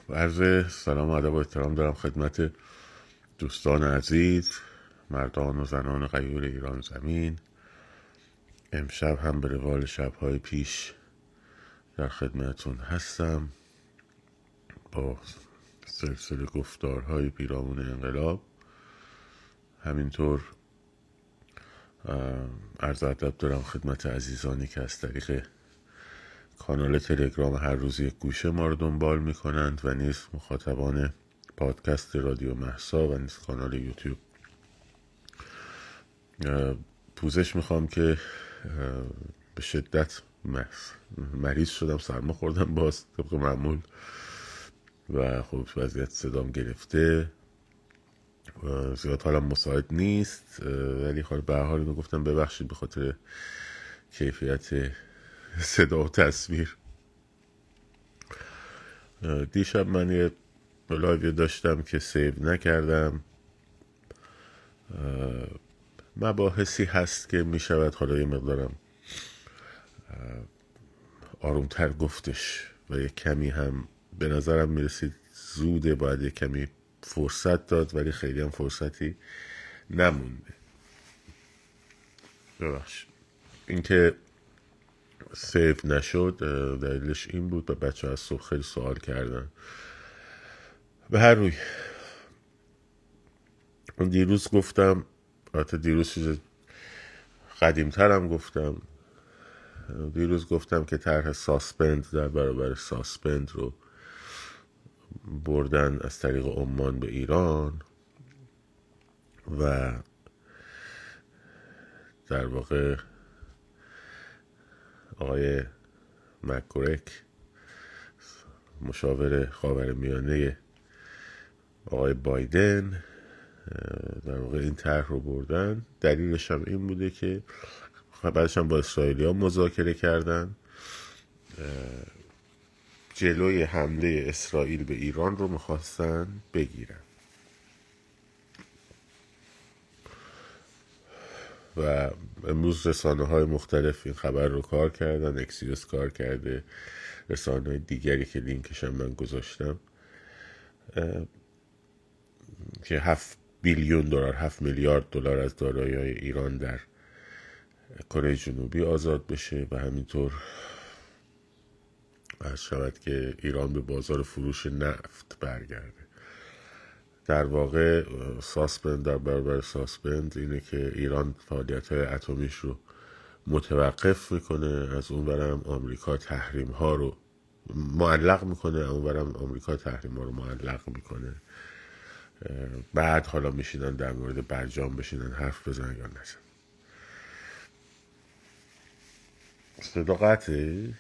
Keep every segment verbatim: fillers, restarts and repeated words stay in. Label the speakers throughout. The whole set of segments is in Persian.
Speaker 1: عرض سلام و ادب و احترام دارم خدمت دوستان عزیز، مردان و زنان غیور ایران زمین. امشب هم به روال شبهای پیش در خدمتون هستم با سلسله گفتارهای پیرامون انقلاب. همینطور عرض ادب دارم خدمت عزیزانی که از طریق کانال تلگرام هر روز یک گوشه ما رو دنبال میکنند و نیز مخاطبان پادکست رادیو مهسا و نیز کانال یوتیوب. پوزش میخوام که به شدت مریض شدم، سرما خوردم باز طبق معمول و خب وضعیت صدام گرفته، زیاد حالم مساعد نیست، ولی خب به هر حال اینو گفتم ببخشید به خاطر کیفیت صدا و تصویر. دیشب من یه لایو داشتم که سیو نکردم. مباحثی هست که میشود حالا یه مقدارم آرومتر گفتش و یه کمی هم به نظرم میرسید زوده، باید یه کمی فرصت داد، ولی خیلی هم فرصتی نمونده. ببخش این که سیو نشد دلیلش این بود و بچه ها از صبح خیلی سوال کردن. به هر روی دیروز گفتم، البته دیروز چیز قدیمترم گفتم، دیروز گفتم که طرح ساسپند در برابر ساسپند رو بردن از طریق عمان به ایران و در واقع آقای مک‌گورک مشاور خاورمیانه آقای بایدن در واقع این طرح رو بردن. دلیلش هم این بوده که بعدش هم با اسرائیلی ها مذاکره کردن، جلوی حمله اسرائیل به ایران رو میخواستن بگیرن و امروز رسانه های مختلف این خبر رو کار کردن. اکسیوس کار کرده، رسانه های دیگری که لینکش هم من گذاشتم، که هفت بیلیون دلار هفت میلیارد دلار از دارایی‌های ایران در کره جنوبی آزاد بشه و همینطور عرض شود که ایران به بازار فروش نفت برگرده. در واقع ساسپند در برابر ساسپند اینه که ایران فعالیت‌های اتمیش رو متوقف میکنه، از اون برم آمریکا تحریم ها رو معلق میکنه، اون برم آمریکا تحریم ها رو معلق میکنه. بعد حالا میشینن در مورد برجام بشینن حرف بزنن یا نزن. صداقته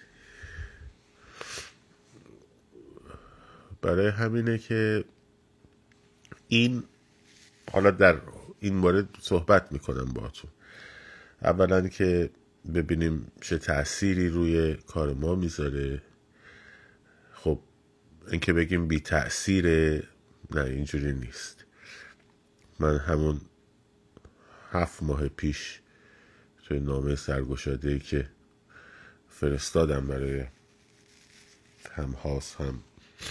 Speaker 1: برای همینه که این حالا در این مورد صحبت میکنم با تو. اولا که ببینیم چه تأثیری روی کار ما میذاره. خب این که بگیم بی تأثیره، نه اینجوری نیست. من همون هفت ماه پیش توی نامه سرگشاده‌ای که فرستادم برای هم هاس هم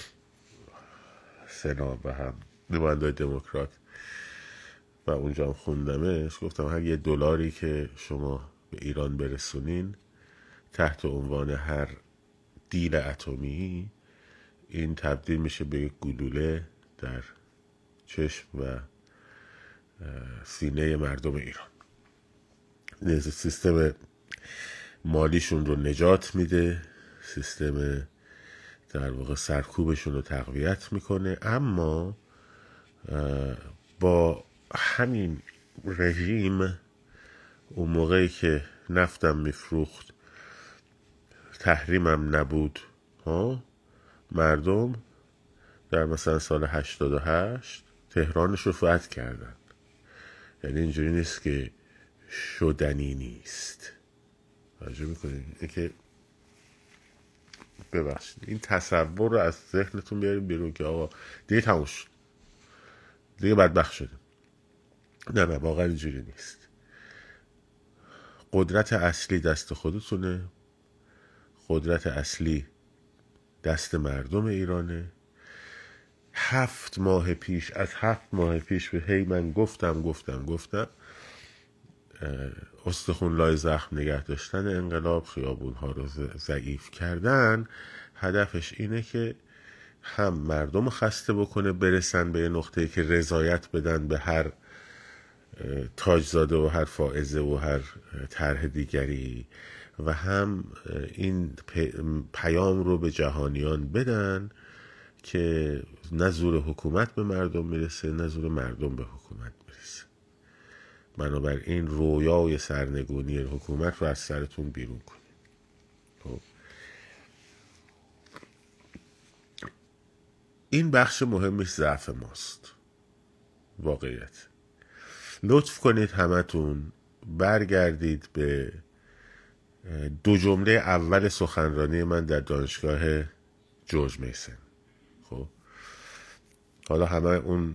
Speaker 1: سنا و هم نماینده‌های دموکرات و اونجا هم خوندمش، گفتم هر یه دلاری که شما به ایران برسونین تحت عنوان هر دیل اتمی، این تبدیل میشه به یک گلوله در چشم و سینه مردم ایران. نیز سیستم مالیشون رو نجات میده، سیستم در واقع سرکوبشون رو تقویت میکنه. اما با همین رژیم اون موقعی که نفتم میفروخت، تحریمم نبود، ها، مردم در مثلا سال هشتاد و هشت تهرانش رو فتح کردن. یعنی اینجوری نیست که شدنی نیست. توجه میکنین؟ این که ببخشید این تصور رو از ذهنتون بیاریم بیرون که آقا دیگه تموم شد، دیگه بدبخت شده. نه نه، واقعا اینجوری نیست. قدرت اصلی دست خودتونه، قدرت اصلی دست مردم ایرانه هفت ماه پیش از هفت ماه پیش به هی من گفتم گفتم گفتم استخون لای زخم نگه داشتن انقلاب، خیابون ها رو ضعیف کردن، هدفش اینه که هم مردم رو خسته بکنه، برسن به یه نقطه‌ای که رضایت بدن به هر تاجزاده و هر فائزه و هر طرح دیگری، و هم این پیام رو به جهانیان بدن که نه زور حکومت به مردم میرسه نه زور مردم به حکومت میرسه. بنابراین رویای سرنگونی حکومت رو از سرتون بیرون کنید. خب این بخش مهمیش ضعف ماست. واقعیت لطف کنید همتون برگردید به دو جمله اول سخنرانی من در دانشگاه جورج میسن. خب حالا همه اون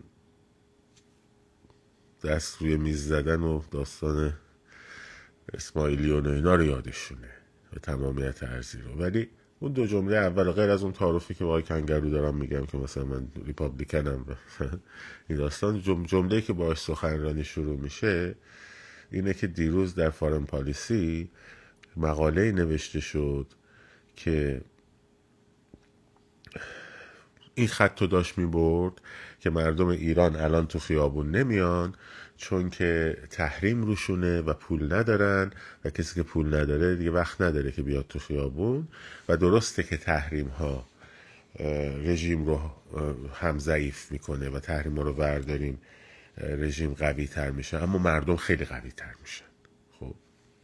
Speaker 1: دست روی میز زدن و داستان اسماعیلیون و اینا رو یادشونه و تمامیت ارضی رو، ولی اون دو جمله اول غیر از اون تعارفی که با کنگرو دارم میگم که مثلا من ریپابلیکنم این داستان، جمله‌ای که باهاش سخنرانی شروع میشه اینه که دیروز در فارن پالیسی مقاله نوشته شد که این خط داشت میبرد که مردم ایران الان تو خیابون نمیان چون که تحریم روشونه و پول ندارن و کسی که پول نداره دیگه وقت نداره که بیاد تو خیابون، و درسته که تحریم ها رژیم رو هم ضعیف میکنه و تحریم ها رو برداریم رژیم قوی تر میشه، اما مردم خیلی قوی تر میشن. خب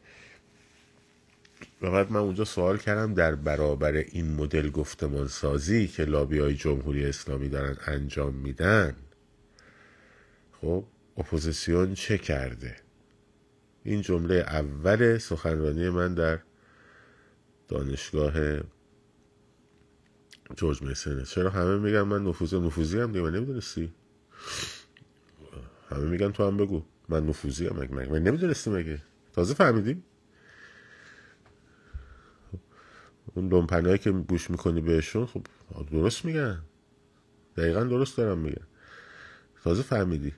Speaker 1: و بعد من اونجا سوال کردم در برابر این مدل گفتمان سازی که لابیای جمهوری اسلامی دارن انجام میدن، خب اپوزیسیون چه کرده؟ این جمله اول سخنرانی من در دانشگاه جورج میسن. چرا همه میگن من نفوذ نفوذی هم دیگه؟ من نمیدونستی؟ همه میگن تو هم بگو من نفوذی هم. مگه من نمیدونستی؟ مگه تازه فهمیدی؟ اون لومپنایی که گوش میکنی بهشون خب درست میگن، دقیقا درست دارم میگن، تازه فهمیدی.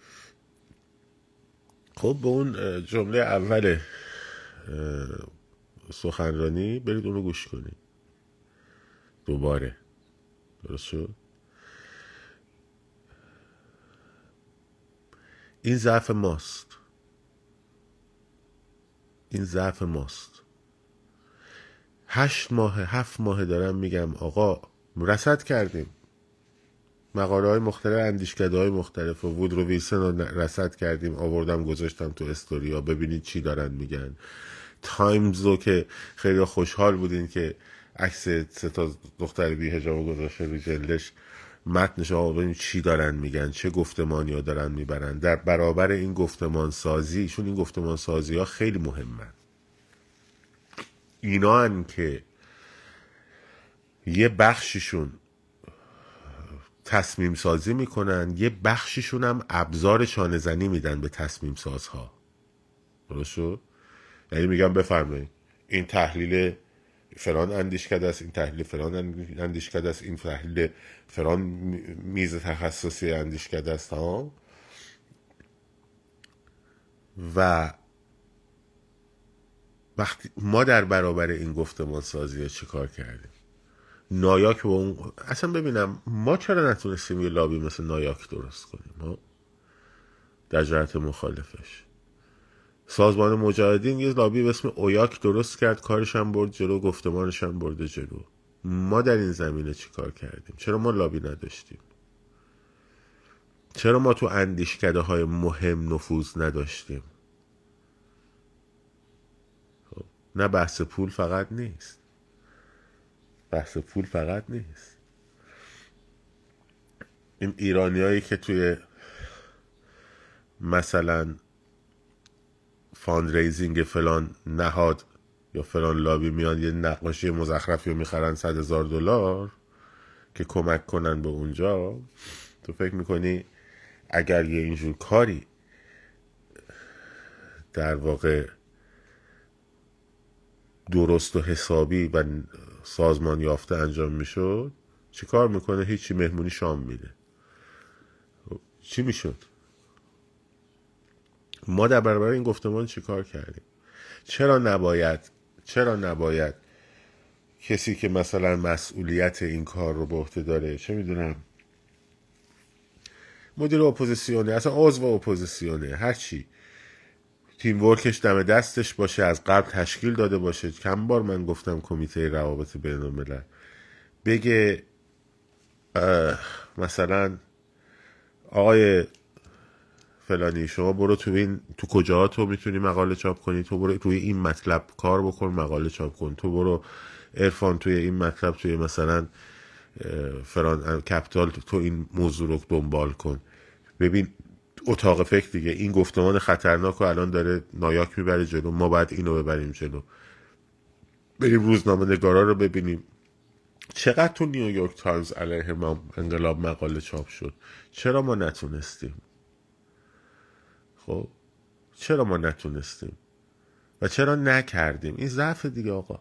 Speaker 1: خب به اون جمله اول سخنرانی برید اونو گوش کنید دوباره. درست شد؟ این ضعف ماست، این ضعف ماست. هشت ماه هفت ماه دارم میگم آقا رصد کردیم مقاله های مختلف اندیشکده های مختلف و وودرو ویلسن رو رصد کردیم، آوردم گذاشتم تو استوریا ببینید چی دارن میگن. تایمز رو که خیلی خوشحال بودین که عکس سه تا دختر بی حجاب گذاشته رو جلدش، متنش آقا ببینید چی دارن میگن، چه گفتمانی ها دارن میبرن در برابر این گفتمان سازی. چون این گفتمان سازی ها خیلی مهمن. اینا هن که یه بخششون تصمیم سازی میکنن، یه بخششون هم ابزار چانه زنی میدن به تصمیم سازها. درست شد؟ یعنی میگم بفرمایید این تحلیل فلان اندیشکده است، این تحلیل فلان اندیشکده است، این تحلیل فلان میز تخصصی اندیشکده است ها. و وقتی ما در برابر این گفتمان سازی ها چی کار کردیم؟ نایاک با اون اصلا ببینم ما چرا نتونستیم یه لابی مثل نایاک درست کنیم ها؟ در جهت مخالفش سازمان مجاهدین یه لابی به اسم اویاک درست کرد، کارش هم برد جلو، گفتمانش هم برده جلو. ما در این زمینه چی کار کردیم؟ چرا ما لابی نداشتیم؟ چرا ما تو اندیشکده های مهم نفوذ نداشتیم؟ نه بحث پول فقط نیست، بحث پول فقط نیست. این ایرانی هایی که توی مثلا فاندریزینگ فلان نهاد یا فلان لابی میان یه نقاشی مزخرفی رو میخرن صد هزار دلار که کمک کنن به اونجا، تو فکر میکنی اگر یه اینجور کاری در واقع درست و حسابی و سازمان یافته انجام میشد چی کار میکنه؟ هیچی، مهمونی شام میده. چی میشد؟ ما در برابر این گفتمان چی کار کردیم؟ چرا نباید چرا نباید کسی که مثلا مسئولیت این کار رو به عهده داره، چه میدونم مدیر اپوزیسیونه، اصلا عضو اپوزیسیونه، هر چی، تیم ورکش دم دستش باشه، از قبل تشکیل داده باشه. چند بار من گفتم کمیته روابط بین الملل بگه مثلا آقای فلانی شما برو تو این، تو کجا تو میتونی مقاله چاپ کنی، تو برو روی این مطلب کار بکن مقاله چاپ کن، تو برو عرفان توی این مطلب توی مثلا فران کپیتال تو این موضوع رو دنبال کن. ببین اتاق فکر دیگه این گفتمان خطرناک رو الان داره نایاک میبره جلو، ما باید اینو ببریم جلو. بریم روزنامه نگارا رو ببینیم چقدر تو نیویورک تایمز علیه ما انقلاب مقاله چاپ شد. چرا ما نتونستیم؟ خب چرا ما نتونستیم و چرا نکردیم؟ این ضعف دیگه آقا.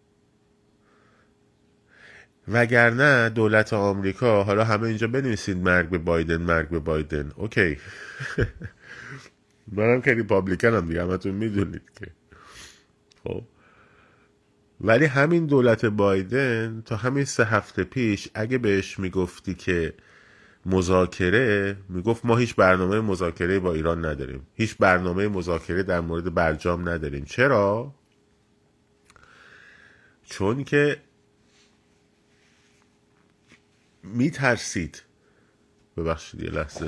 Speaker 1: وگرنه دولت آمریکا، حالا همه اینجا بنویسید مرگ به بایدن، مرگ به بایدن، اوکی. منم که ریپابلیکن هم دیگه، همتون میدونید که. خب ولی همین دولت بایدن تا همین سه هفته پیش اگه بهش میگفتی که مذاکره، میگفت ما هیچ برنامه مذاکره با ایران نداریم، هیچ برنامه مذاکره در مورد برجام نداریم. چرا؟ چون که میترسید. ببخشید یه لحظه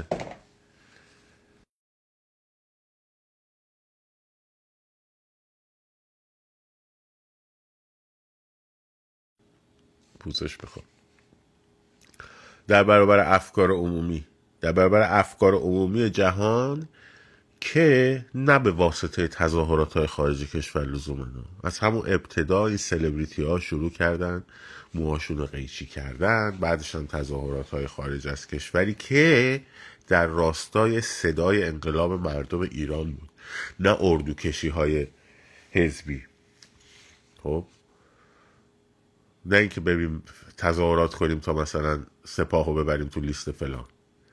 Speaker 1: پوزش بخوام. در برابر افکار عمومی در برابر افکار عمومی جهان که نه به واسطه تظاهرات های خارج کشور لزومه، از همون ابتدا این سلبریتی ها شروع کردن موهاشون رو قیچی کردن، بعدش هم تظاهرات های خارج از کشوری که در راستای صدای انقلاب مردم ایران بود، نه اردوکشی های حزبی. خب نه اینکه ببین تظاهرات کنیم تا مثلا سپاهو ببریم تو لیست فلان.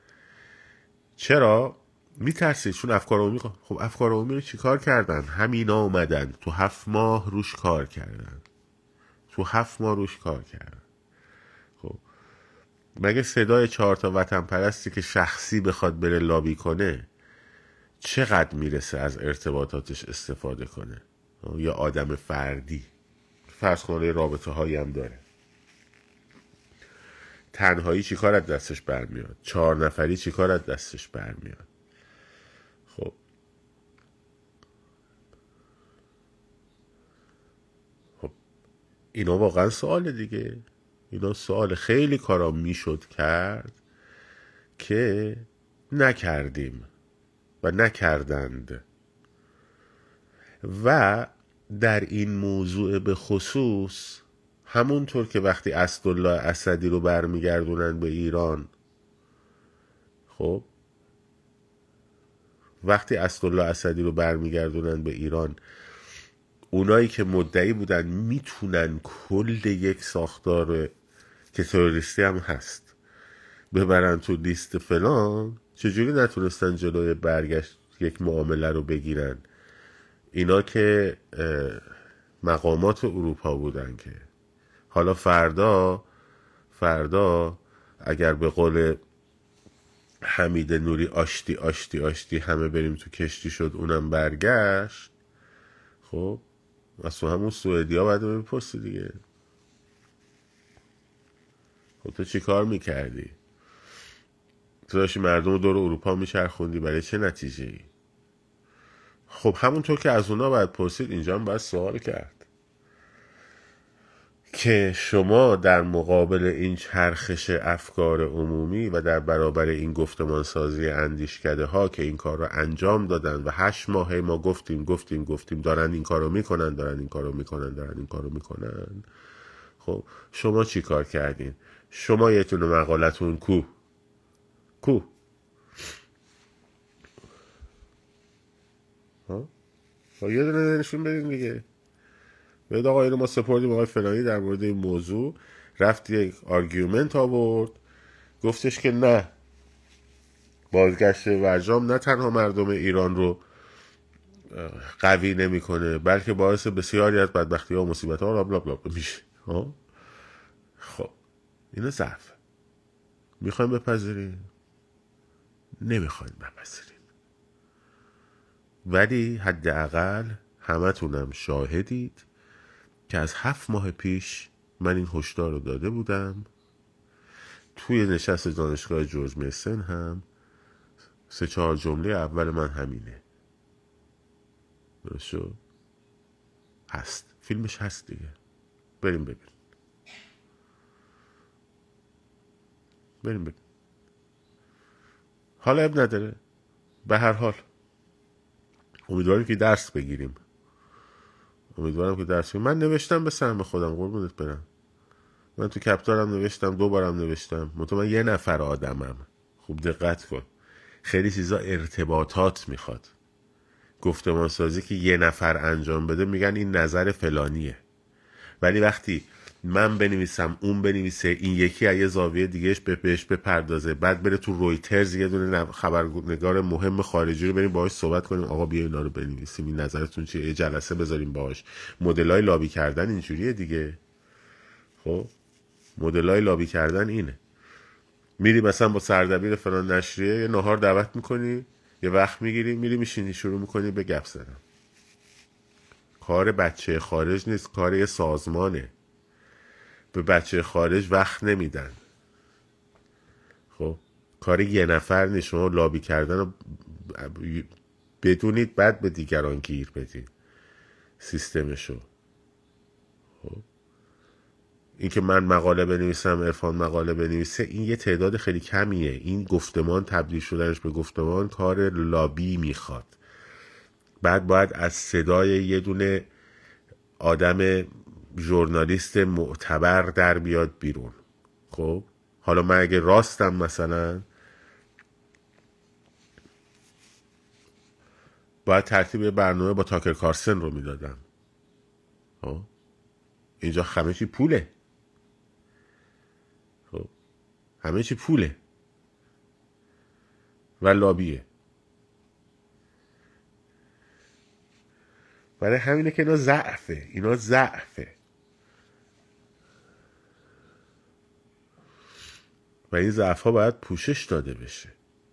Speaker 1: چرا؟ میترسید چون افکار عمومی. خب افکار عمومی رو چی کار کردن؟ همینا اومدن تو هفت ماه روش کار کردن تو هفت ماه روش کار کردن. خب مگه صدای چهار تا وطن پرستی که شخصی بخواد بره لابی کنه چقدر میرسه از ارتباطاتش استفاده کنه؟ یا آدم فردی فرض کنه رابطه هایی هم داره، تنهایی چی کار از دستش برمیاد؟ چهار نفری چی کار از دستش برمیاد؟ خب خب اینا واقعا سوال دیگه. اینا سوال. خیلی کارا میشد کرد که نکردیم و نکردند. و در این موضوع به خصوص همونطور که وقتی اسدالله اسدی رو برمیگردونن به ایران، خب وقتی اسدالله اسدی رو برمیگردونن به ایران، اونایی که مدعی بودن میتونن کل یک ساختار که تروریستی هم هست ببرن تو لیست فلان، چجوری نتونستن جلوی برگشت یک معامله رو بگیرن؟ اینا که مقامات اروپا بودن که حالا فردا فردا اگر به قول حمید نوری آشتی آشتی آشتی همه بریم تو کشتی شد اونم برگشت. خب از تو همون سوئدی ها باید بپرسی دیگه. خب تو چی کار میکردی؟ تو داشتی مردم رو دور اروپا میچرخوندی، برای چه نتیجه ای؟ خب همونطور که از اونا باید پرسید، اینجا هم باید سوال کرد که شما در مقابل این چرخش افکار عمومی و در برابر این گفتمان سازی اندیشکده ها که این کار رو انجام دادن و هشت ماهه ما گفتیم گفتیم گفتیم دارن این کار رو میکنن دارن این کار رو میکنن دارن این کار رو میکنن خب شما چی کار کردین؟ شما یه تونه مقالتون کو کو ها با یه دونه نشون بدین دیگه. بهید آقا اینو ما سپردیم آقای فلانی در مورد این موضوع رفت یک آرگومنت آورد، گفتش که نه، بازگشت برجام نه تنها مردم ایران رو قوی نمیکنه بلکه باعث بسیاری از بدبختی ها و مصیبت ها بلا بلا بلا میشه. خب اینا ضعف میخوایم بپذیریم؟ نمیخوایم بپذیریم، ولی حداقل همتونم شاهدید که از هفت ماه پیش من این هشدار رو داده بودم. توی نشست دانشگاه جورج میسن هم سه چهار جمله اول من همینه. درست شد؟ هست، فیلمش هست دیگه، بریم ببین، بریم ببین. حالا اب نداره، به هر حال امیدوارم که درس بگیریم، امیدوارم که درس بگیریم. من نوشتم به سهم خودم، قربونت برم، من تو کپتارم نوشتم، دو بارم نوشتم، منتها من یه نفر آدمم. خوب دقت کن، خیلی چیزا ارتباطات میخواد. گفتمان سازی که یه نفر انجام بده میگن این نظر فلانیه، ولی وقتی من بنویسم، اون بنویسه، این یکی از یه زاویه دیگهش بهش بپردازه، بعد بره تو رویترز یه دونه خبرنگار مهم خارجی رو بریم باهاش صحبت کنیم، آقا بیا اینا رو بنویسیم، این نظرتون چیه، یه جلسه بذاریم باهاش. مدلای لابی کردن اینجوریه دیگه. خب مدلای لابی کردن اینه، میری مثلا با سردبیر فلان نشریه یه نهار دعوت میکنی، یه وقت میگیری، میری میشینی شروع میکنی به گپ زدن. کار بچه خارج نیست، کار یه سازمانه. به بچه خارج وقت نمیدن. خب کار یه نفر نیست. شما لابی کردن رو بدونید بعد به دیگران گیر بدید سیستمشو. خب این که من مقاله بنویسم، عرفان مقاله بنویسه، این یه تعداد خیلی کمیه. این گفتمان تبدیل شدنش به گفتمان کار لابی میخواد. بعد باید از صدای یه دونه آدم ژورنالیست معتبر در بیاد بیرون. خب حالا من اگه راستم مثلا باید ترتیب برنامه با تاکر کارسن رو میدادم. خب اینجا همه چی پوله. خب همه چی پوله و لابیه. برای همینه که اینا ضعفه، اینا ضعفه و این ضعف ها باید پوشش داده بشه.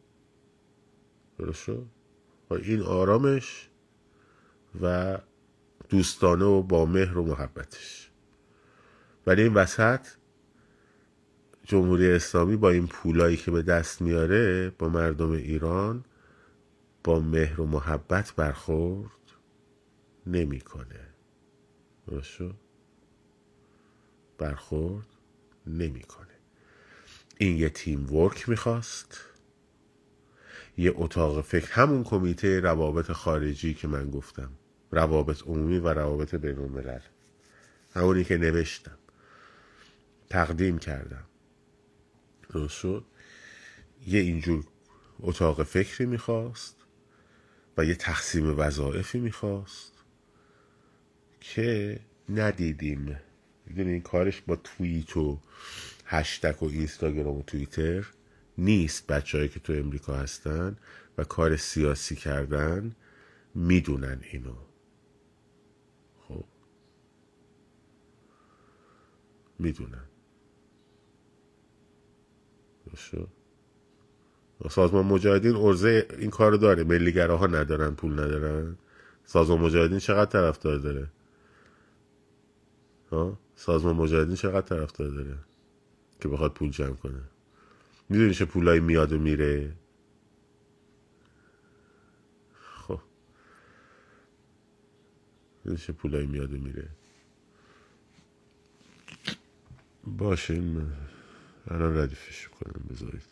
Speaker 1: درست شد؟ این آرامش و دوستانه و با مهر و محبتش. ولی این وسط جمهوری اسلامی با این پولایی که به دست میاره با مردم ایران با مهر و محبت برخورد نمیکنه. درست شد؟ برخورد نمیکنه. این یه تیم ورک میخواست، یه اتاق فکر، همون کمیته روابط خارجی که من گفتم، روابط عمومی و روابط بین الملل، همونی که نوشتم تقدیم کردم. درست شد؟ یه اینجور اتاق فکری میخواست و یه تقسیم وظایفی میخواست که ندیدیم. میدونی این کارش با توییت و هشتگ و اینستاگرام و توییتر نیست. بچه هایی که تو امریکا هستن و کار سیاسی کردن میدونن اینو. خب میدونن. شو سازمان مجاهدین ارزه این کارو داره، ملیگراها ندارن، پول ندارن. سازمان مجاهدین چقدر طرفدار داره؟ ها سازمان مجاهدین چقدر طرفدار داره که بخواد پول جمع کنه؟ میدونی چه پولایی میاد و میره؟ خب میدونی چه پولایی میاد و میره؟ باشه این الان ردیفش کنم، بذارید.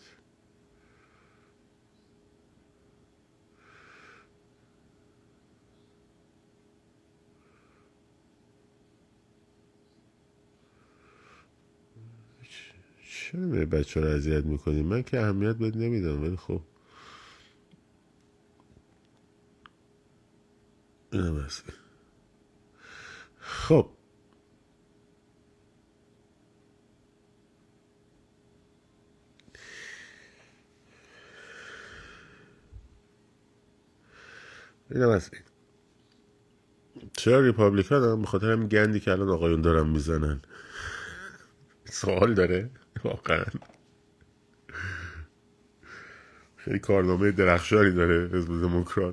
Speaker 1: چرا به بچه ها رو اذیت میکنیم؟ من که اهمیت بهت نمیدم، ولی خب اینم هست. خب اینم از این. چرا ریپابلیکان هم؟ بخاطر همین گندی که الان آقایون دارن میزنن. سوال داره واقعا. خیلی کارنامه درخشانی داره حزب دموکرات.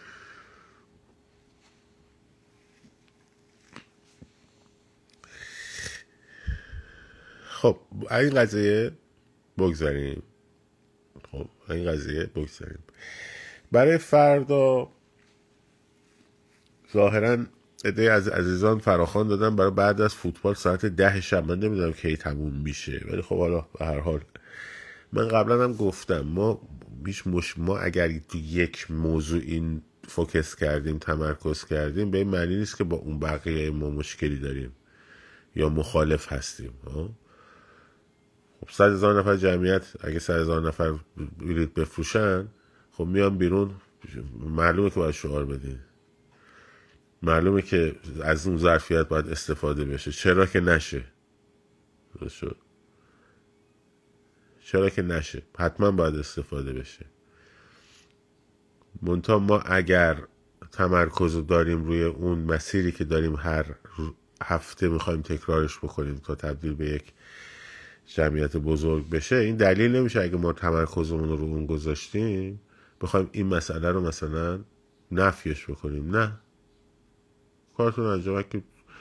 Speaker 1: خب این قضیه بگذاریم. خب این قضیه بگذاریم. برای فردا ظاهرا عده از عزیزان فراخوان دادن برای بعد از فوتبال ساعت ده شب. من نمیدونم کی تموم میشه، ولی خب حالا به هر حال من قبلا هم گفتم ما بیش مش ما اگر تو یک موضوع این فوکس کردیم، تمرکز کردیم، به این معنی نیست که با اون بقیه ما مشکلی داریم یا مخالف هستیم. خب صد هزار نفر جمعیت، اگه صد هزار نفر بلیط بفروشن، خب میان بیرون، معلومه که باید شعار بدین، معلومه که از اون ظرفیت باید استفاده بشه. چرا که نشه؟ شد. چرا که نشه؟ حتما باید استفاده بشه. منتها ما اگر تمرکز داریم روی اون مسیری که داریم هر هفته میخوایم تکرارش بکنیم تا تبدیل به یک جمعیت بزرگ بشه، این دلیل نمیشه اگه ما تمرکزمون رو اون گذاشتیم بخوایم این مسئله رو مثلا نفیش بکنیم. نه، کارتون انجام که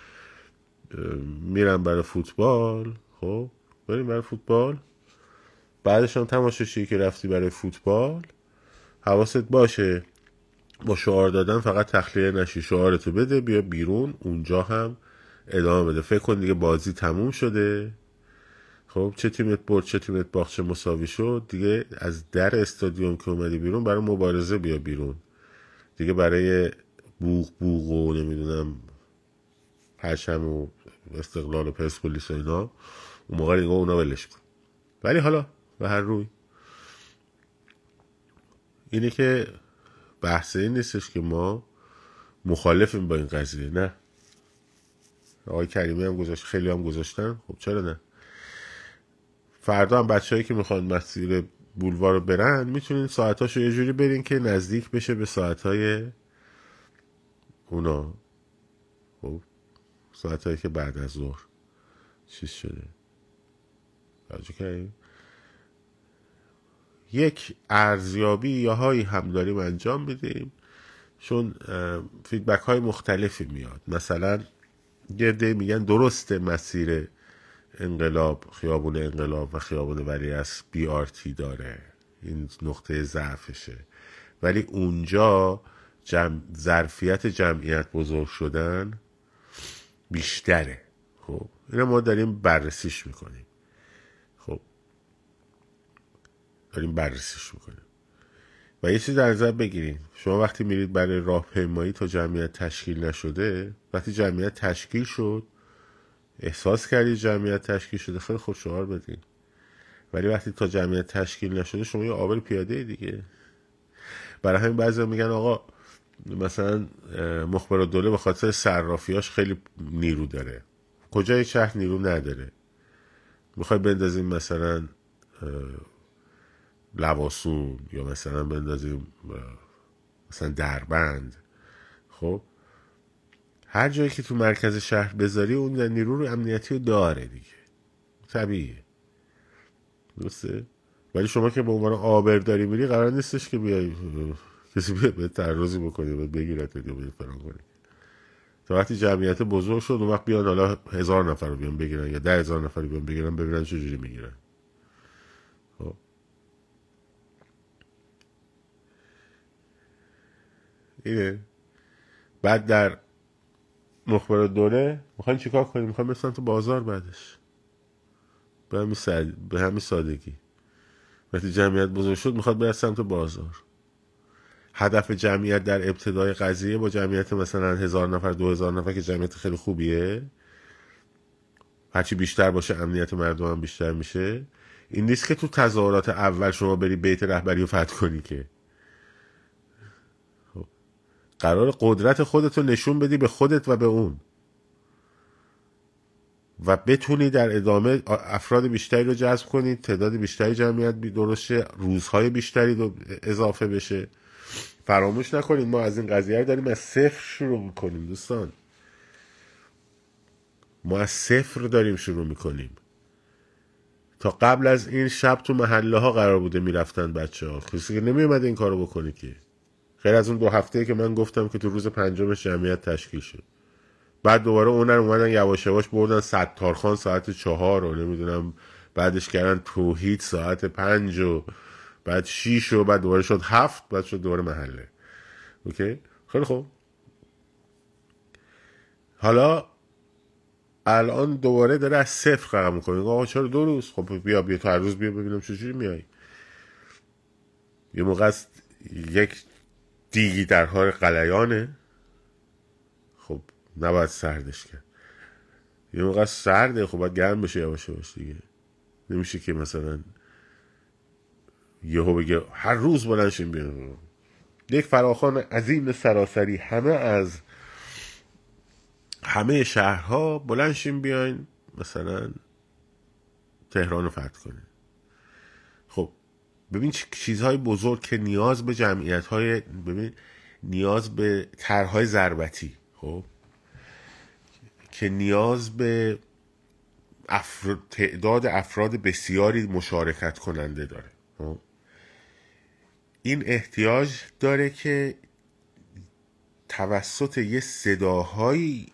Speaker 1: میرم برای فوتبال، خب بریم برای فوتبال، بعدش هم تماشاشی که رفتی برای فوتبال حواست باشه با شعار دادن فقط تخلیه نشی، شعارتو بده بیا بیرون، اونجا هم ادامه بده. فکر کن دیگه بازی تموم شده، خب چه تیمت برد چه تیمت باخت چه مساوی شد، دیگه از در استادیوم که اومدی بیرون برای مبارزه بیا بیرون دیگه، برای بوق بوق و نمیدونم پرچم و استقلال و پرسپولیس و اینا اون موقع دیگه اونا ولش کن. ولی حالا به هر روی اینه که بحث این نیستش که ما مخالفیم با این قضیه. نه، آقای کریمی هم گذاشت، خیلی هم گذاشتن، خب چرا نه. فردا هم بچه هایی که میخوان مسیر بولوار رو برن میتونین ساعتاشو یه جوری برین که نزدیک بشه به ساعتهای اونا، خب ساعتهایی که بعد از ظهر چیز شده. توجه کردیم یک ارزیابی یا هایی هم داریم انجام میدیم، چون فیدبک های مختلفی میاد. مثلا گرده میگن درسته مسیر انقلاب، خیابون انقلاب و خیابون ولیعصر بی آر تی داره، این نقطه ضعفشه، ولی اونجا جمع ظرفیت جمعیت بزرگ شدن بیشتره. خب اینا ما داریم بررسیش میکنیم. خب داریم بررسیش میکنیم و یه چیز در نظر بگیرین، شما وقتی میرید برای راهپیمایی تا جمعیت تشکیل نشده، وقتی جمعیت تشکیل شد احساس کردید جمعیت تشکیل شده، خیلی خوب شعار بدین. ولی وقتی تا جمعیت تشکیل نشده شما یه آبر پیاده دیگه. برای همین بعضی میگن آقا مثلا مخبرالدوله به خاطر صرافیاش خیلی نیرو داره. کجای شهر نیرو نداره؟ میخوای بندازیم مثلا لواسون یا مثلا بندازیم مثلا دربند، خب هر جایی که تو مرکز شهر بذاری اون نیرو رو امنیتی رو داره دیگه، طبیعیه، درسته؟ ولی شما که به عنوان آبر داری میری قرار نیستش که بیای کسی بیاد به تعرضی بکنی و بگیرت یا بیاد فران کنی. تا وقتی جمعیت بزرگ شد اون وقت بیان حالا هزار نفر رو بیان بگیرن یا ده هزار نفر رو بیان بگیرن، ببینن چه جوری میگیرن. خب اینه. بعد در مخبرالدوله میخواین چیکار کنیم؟ میخوایم برسن تو بازار بعدش، به همین ساد... به همین سادگی. وقتی جمعیت بزرگ شد میخواد بره سمت بازار. هدف جمعیت در ابتدای قضیه با جمعیت مثلا هزار نفر دو هزار نفر که جمعیت خیلی خوبیه، هرچی بیشتر باشه امنیت مردم هم بیشتر میشه. این نیست که تو تظاهرات اول شما بری بیت رهبری رو فتح کنی، که خب قرار قدرت خودتو نشون بدی به خودت و به اون و بتونی در ادامه افراد بیشتری رو جذب کنی، تعداد بیشتری جمعیت درست شه، روزهای بیشتری اضافه بشه. فراموش نکنید ما از این قضیه رو داریم از صفر شروع میکنیم دوستان، ما از صفر داریم شروع میکنیم. تا قبل از این شب تو محله ها قرار بوده میرفتن بچه ها، کسی که نمیومده این کارو بکنه که، غیر از اون دو هفته که من گفتم که تو روز پنجمش جمعیت تشکیل شد. بعد دوباره اونر اومدن یواش یواش بردن ستارخان ساعت چهار و نمیدونم بعدش کردن توحید ساعت پنج و بعد شیش و بعد دوباره شد هفت، بعد شد دوباره محله. اوکی خیلی خوب. حالا الان دوباره داره از صفر رقم میکنه. آقا چرا دو روز؟ خب بیا بیا تو هر روز بیا ببینم چجوری میای. یه موقع است یک دیگی در حال قلیانه، خب نباید سردش کرد. یه موقع سرده، خب باید گرم بشه یواش یواش دیگه. نمیشه که مثلا یهو بگه هر روز بلند شیم بیان. یک فراخوان عظیم سراسری همه از همه شهرها بلند شیم بیاین مثلا تهران رو فتح کنین. خب ببین چیزهای بزرگ که نیاز به جمعیت های، ببین نیاز به طرحهای ضربتی، خب که نیاز به افر... تعداد افراد بسیاری مشارکت کننده داره. خب این احتیاج داره که توسط یه صداهایی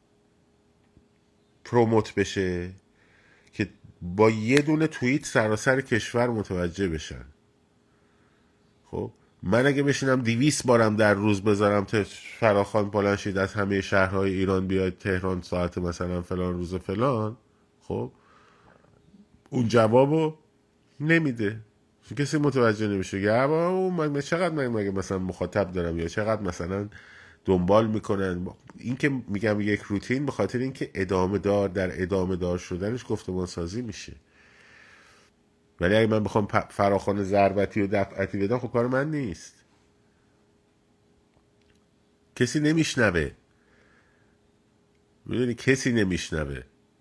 Speaker 1: پروموت بشه که با یه دونه توییت سراسر کشور متوجه بشن. خب من اگه بشینم دیویس بارم در روز بذارم تا فراخوان بلند شید از همه شهرهای ایران بیاید تهران ساعت مثلا فلان روز فلان، خب اون جوابو نمیده، کسی متوجه نمیشه. یا من چقدر من مگه مثلا مخاطب دارم یا چقدر مثلا دنبال میکنن. این که میگم یک روتین به خاطر اینکه ادامه دار در ادامه دار شدنش گفتمان سازی میشه. ولی اگه من بخوام فراخوان ضربتی و دفعتی بدم خب کار من نیست، کسی نمیشنوه. میدونی کسی نمیشنوه.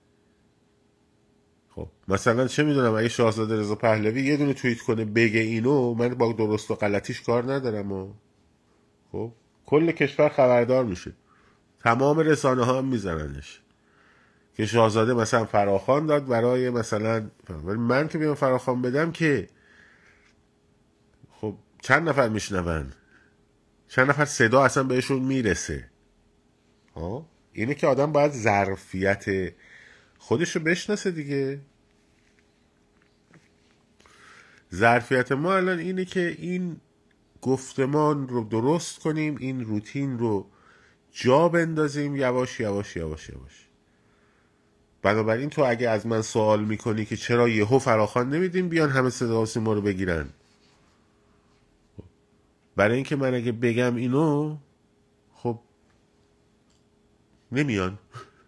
Speaker 1: خب مثلا چه میدونم اگه شاهزاده رضا پهلوی یه دونه توییت کنه بگه اینو، من با درست و غلطیش کار ندارم و خب کل کشور خبردار میشه، تمام رسانه ها هم میزننش که شاهزاده مثلا فراخوان داد برای مثلا، ولی من که بیام فراخوان بدم که خب چند نفر میشنون، چند نفر صدا اصلا بهشون میرسه. ها اینه که آدم باید ظرفیت خودشو بشناسه دیگه. ظرفیت ما الان اینه که این گفتمان رو درست کنیم، این روتین رو جا بندازیم یواش یواش یواش یواش. بنابراین تو اگه از من سوال میکنی که چرا یهو فراخوان نمیدیم بیان همه صدا و سیما رو بگیرن، برای اینکه من اگه بگم اینو خب نمیان.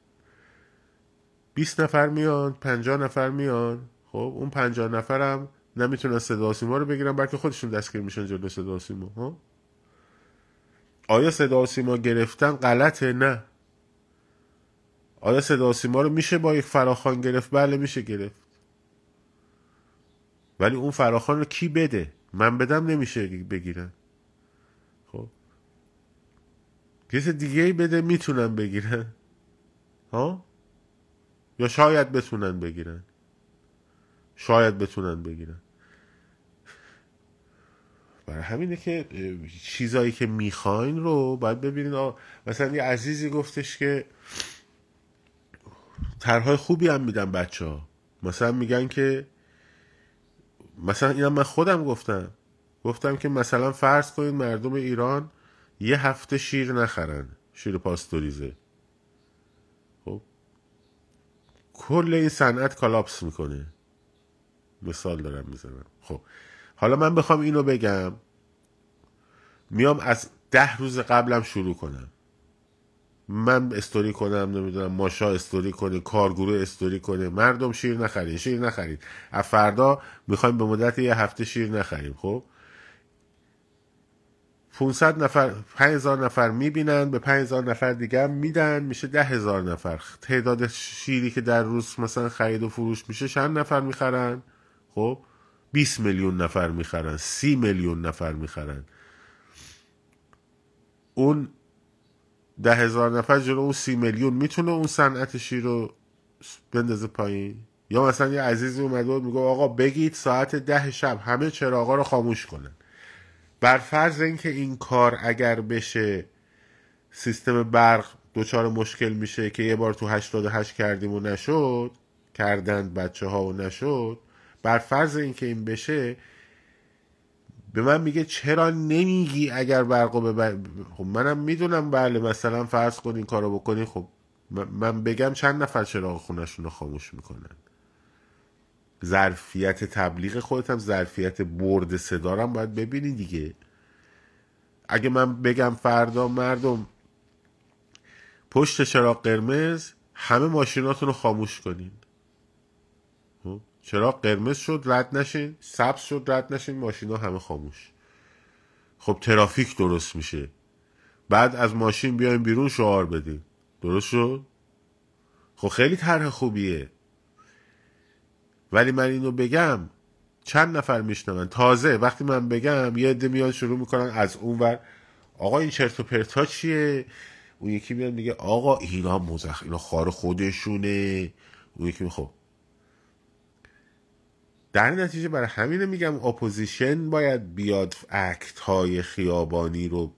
Speaker 1: بیست نفر میان، پنجاه نفر میان، خب اون پنجاه نفرم نمیتونن صدا و سیما رو بگیرن بلکه خودشون دستگیر میشن جلو صدا و سیما. ها آیا صدا و سیما گرفتن غلطه؟ نه. آیا صدا و سیما رو میشه با یک فراخوان گرفت؟ بله میشه گرفت. ولی اون فراخوان رو کی بده؟ من بدم نمیشه بگیرن. خب کسی دیگه ای بده میتونن بگیرن، ها یا شاید بتونن بگیرن، شاید بتونن بگیرن. برای همینه که چیزایی که میخواین رو باید ببینین. مثلا یه عزیزی گفتش که طرحهای خوبی هم میدن بچه ها، مثلا میگن که مثلا اینم من خودم گفتم گفتم که مثلا فرض کنید مردم ایران یه هفته شیر نخرن، شیر پاستوریزه، خب کل این صنعت کالاپس میکنه. مثال دارم میزنم. خب حالا من بخوام اینو بگم، میام از ده روز قبلم شروع کنم، من استوری کنم، نمیدونم ماشا استوری کنه، کارگروه استوری کنه، مردم شیر نخرید شیر نخرید، از فردا میخوایم به مدت یه هفته شیر نخریم. خب پانصد نفر پنج هزار نفر میبینن، به پنج هزار نفر دیگه هم میدن، میشه ده هزار نفر. تعداد شیری که در روز مثلا خرید و فروش میشه چند نفر میخرن؟ خب بیست میلیون نفر میخرن، سی میلیون نفر میخرن. اون ده هزار نفر جلو اون سی میلیون میتونه اون صنعتشی رو بندازه پایین؟ یا مثلا یه عزیزی اومده و میگه آقا بگید ساعت ده شب همه چراغا رو خاموش کنن. بر فرض اینکه این کار اگر بشه سیستم برق دوچار مشکل میشه که یه بار تو هشتاد و هشت کردیم و نشد، کردند بچه ها و نشد، بر فرض اینکه این بشه به من میگه چرا نمیگی اگر برقو ببر. خب منم میدونم بله مثلا فرض کن این کارو بکنی، خب من بگم چند نفر چراغ خونشون رو خاموش میکنن. ظرفیت تبلیغ خودت هم ظرفیت برد صدا رو هم باید ببینی دیگه. اگه من بگم فردا مردم پشت چراغ قرمز همه ماشیناتون رو خاموش کنین، چراغ قرمز شد رد نشین، سبز شد رد نشین، ماشینا همه خاموش، خب ترافیک درست میشه. بعد از ماشین بیایم بیرون شعار بدیم، درست شد؟ خب خیلی طرح خوبیه. ولی من اینو بگم چند نفر میشنون؟ تازه وقتی من بگم یه عده میان شروع میکنن از اون ور آقا این چرت و پرتا چیه، اون یکی میاد میگه آقا اینا مزخ اینا خار خودشونه، اون یکی خب در نتیجه برای همینه میگم اپوزیشن باید بیاد اکت های خیابانی رو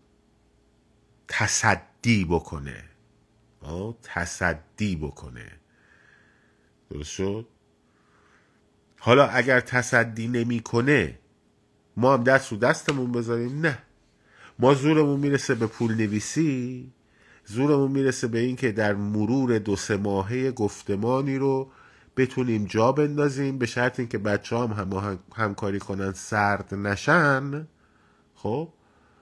Speaker 1: تصدی بکنه، آه تصدی بکنه، درست شد؟ حالا اگر تصدی نمیکنه ما هم دست رو دستمون بذاریم؟ نه، ما زورمون میرسه به پول نویسی، زورمون میرسه به این که در مرور دو سه ماهه گفتمانی رو بتونیم جا بندازیم، به شرط این که بچه هم, هم همکاری کنن سرد نشن، خب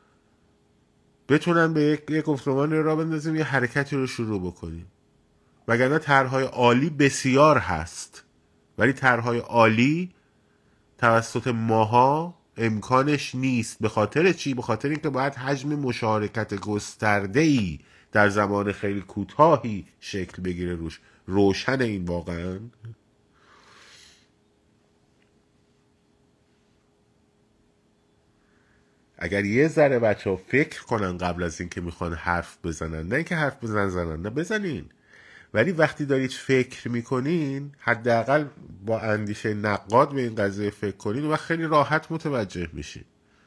Speaker 1: بتونن به یک, یک گفتمانی رو را بندازیم، یه حرکتی رو شروع بکنیم. وگرنه طرح‌های عالی بسیار هست، ولی طرح‌های عالی توسط ماها امکانش نیست. به خاطر چی؟ به خاطر اینکه باید حجم مشارکت گسترده‌ای در زمان خیلی کوتاهی شکل بگیره روش. روشن این واقعا؟ اگر یه ذره بچه ها فکر کنن قبل از اینکه میخوان حرف بزنن، نه اینکه حرف بزنن زنن، نه بزنین، ولی وقتی دارید فکر میکنین حداقل با اندیشه نقاد به این قضیه فکر کنین و خیلی راحت متوجه میشین.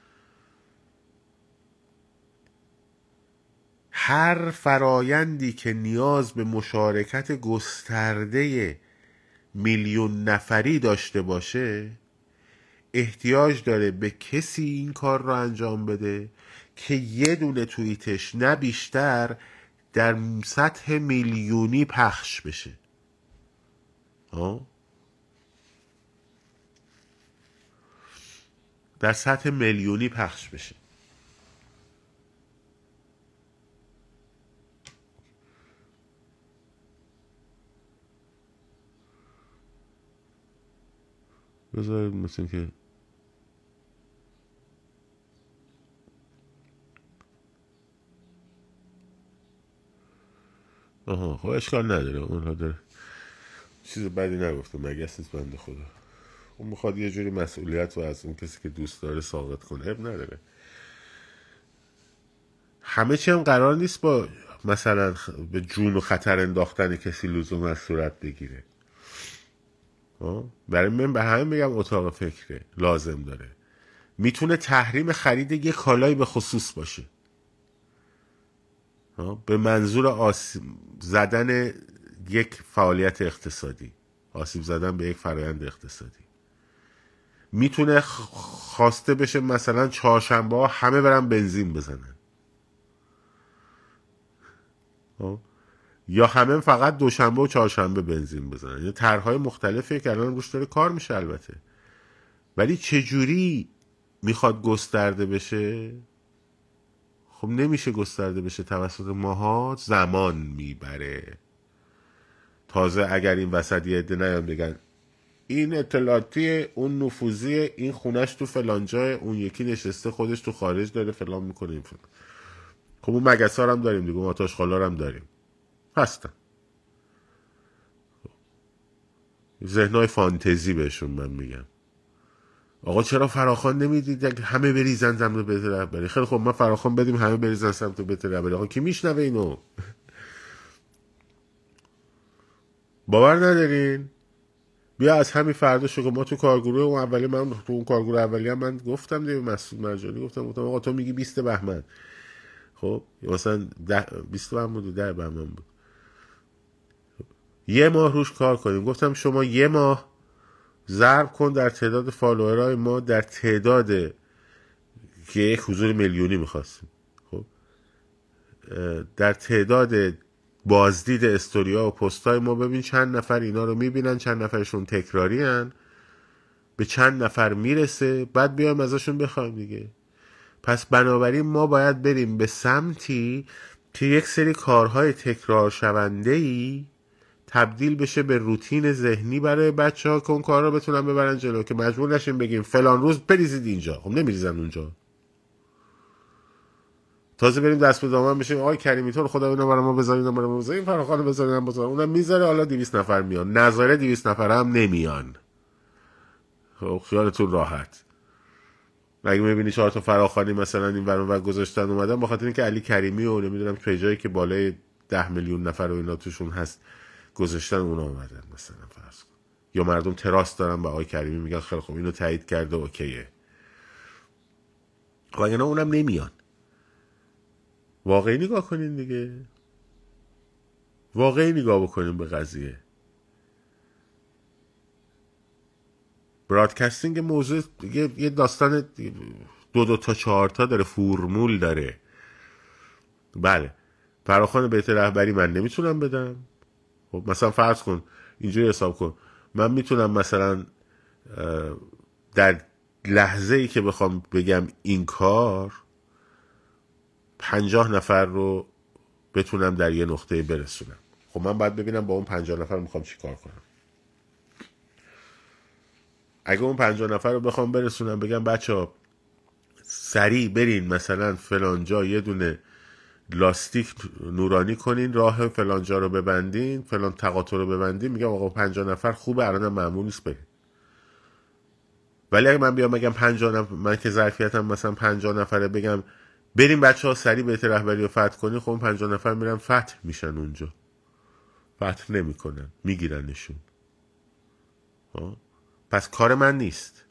Speaker 1: هر فرایندی که نیاز به مشارکت گسترده میلیون نفری داشته باشه احتیاج داره به کسی این کار رو انجام بده که یه دونه توییتش نه بیشتر در سطح میلیونی پخش بشه. آه؟ در سطح میلیونی پخش بشه. بذارید مثل که آها خب اشکال نداره، اونها داره چیز بدی نگفته، مگس نیست بنده خدا. اون میخواد یه جوری مسئولیت رو از اون کسی که دوست داره ساقط کنه، اب نداره. همه چی هم قرار نیست با مثلا به جون و خطر انداختن کسی لزوم از صورت بگیره. برای من به همه میگم اتاق فکره لازم داره. میتونه تحریم خرید یه کالایی به خصوص باشه به منظور آسیب زدن یک فعالیت اقتصادی، آسیب زدن به یک فرآیند اقتصادی. میتونه خواسته بشه مثلا چهارشنبه ها همه برن بنزین بزنن، یا همه فقط دوشنبه و چهارشنبه بنزین بزنن. یا طرح‌های مختلفی که الان روش داره کار میشه البته، ولی چجوری میخواد گسترده بشه؟ خب نمیشه گسترده بشه توسط ماها، زمان میبره. تازه اگر این وسط یه عده نیان بگن این اطلاعاتی اون نفوذی، این خونش تو فلان جای، اون یکی نشسته خودش تو خارج داره فلان میکنه این فلان. خب اون مگسار هم داریم دیگه، اون آتاش خالار هم داریم، هستن ذهنای فانتزی بهشون من میگم. آقا چرا فراخوان نمیدید همه بریزن سمت بهت رهبری؟ خیلی خب ما فراخوان بدیم همه بریزن سمت بهت رهبری. آقا کی میشنوه اینو؟ باور ندارین؟ بیا از همین فردا شو. ما تو کارگروه اون اولی، من تو اون کارگروه اولی هم من گفتم دیگه، مسعود مرجانی گفتم گفتم آقا تو میگی بیست بهمن، خب مثلا بیست بهمن بود، ده بهمن بود، یه ماه روش کار کنیم. گفتم شما یه ماه ضرب کن در تعداد فالوورای ما، در تعداد که یک حضور میلیونی میخواستیم، خب در تعداد بازدید استوریا و پستای ما، ببین چند نفر اینا رو میبینن، چند نفرشون تکراری هن، به چند نفر میرسه، بعد بیایم ازشون بخوایم دیگه. پس بنابراین ما باید بریم به سمتی که یک سری کارهای تکرار شونده ای تبدیل بشه به روتین ذهنی برای بچه ها که اون کار رو بتونن ببرن جلو، که مجبور نشیم بگیم فلان روز بریزید اینجا. خب نمیریزن اونجا، تازه بریم دست به دامن بشیم آقای کریمی تو خدا اینا برای ما بذارین، اینا برای ما بذارین، فراخوان بذارین، بذارین، اونم میذاره، حالا دویست نفر میان، نظاره دویست نفر هم نمیان. خب خیالتون راحت. اگه میبینی چهار تا فراخوانی مثلا این ور اون ور گذاشتن اومدن، به خاطر اینکه علی کریمی و نمیدونم پیجایی که بالای ده میلیون نفر و اینا توشون هست گذاشتن، اونا اومدن مثلا فرض کن. یا مردم تراس دارن به آقای کریمی میگن خیلی خوب اینو تایید کرده اوکیه، و اینا اونم نمیان. واقعی نگاه کنین دیگه، واقعی نگاه بکنین به قضیه. برادکستینگ موضوع یه داستان دو دو تا چهار تا داره، فرمول داره. بله فراخوان بیت رهبری من نمیتونم بدم. خب مثلا فرض کن اینجوری حساب کن، من میتونم مثلا در لحظه ای که بخوام بگم این کار، پنجاه نفر رو بتونم در یه نقطه برسونم. خب من باید ببینم با اون پنجاه نفر میخوام چی کار کنم. اگه اون پنجاه نفر رو بخوام برسونم، بگم بچه ها سریع برین مثلا فلانجا یه دونه لاستیک نورانی کنین، راه فلانجا رو ببندین، فلان تقاطع رو ببندین، میگم آقا پنجاه نفر خوبه، الانم معمول نیست برین. ولی اگه من بیام بگم پنجاه نفر، من که ظرفیتم مثلا پنجاه نفره، بگم بریم بچه ها سریع بیت رهبری رو فتح کنین، خب پنجاه نفر میرن فتح میشن اونجا، فتح نمیکنن، میگیرنشون. پس کار من نیست.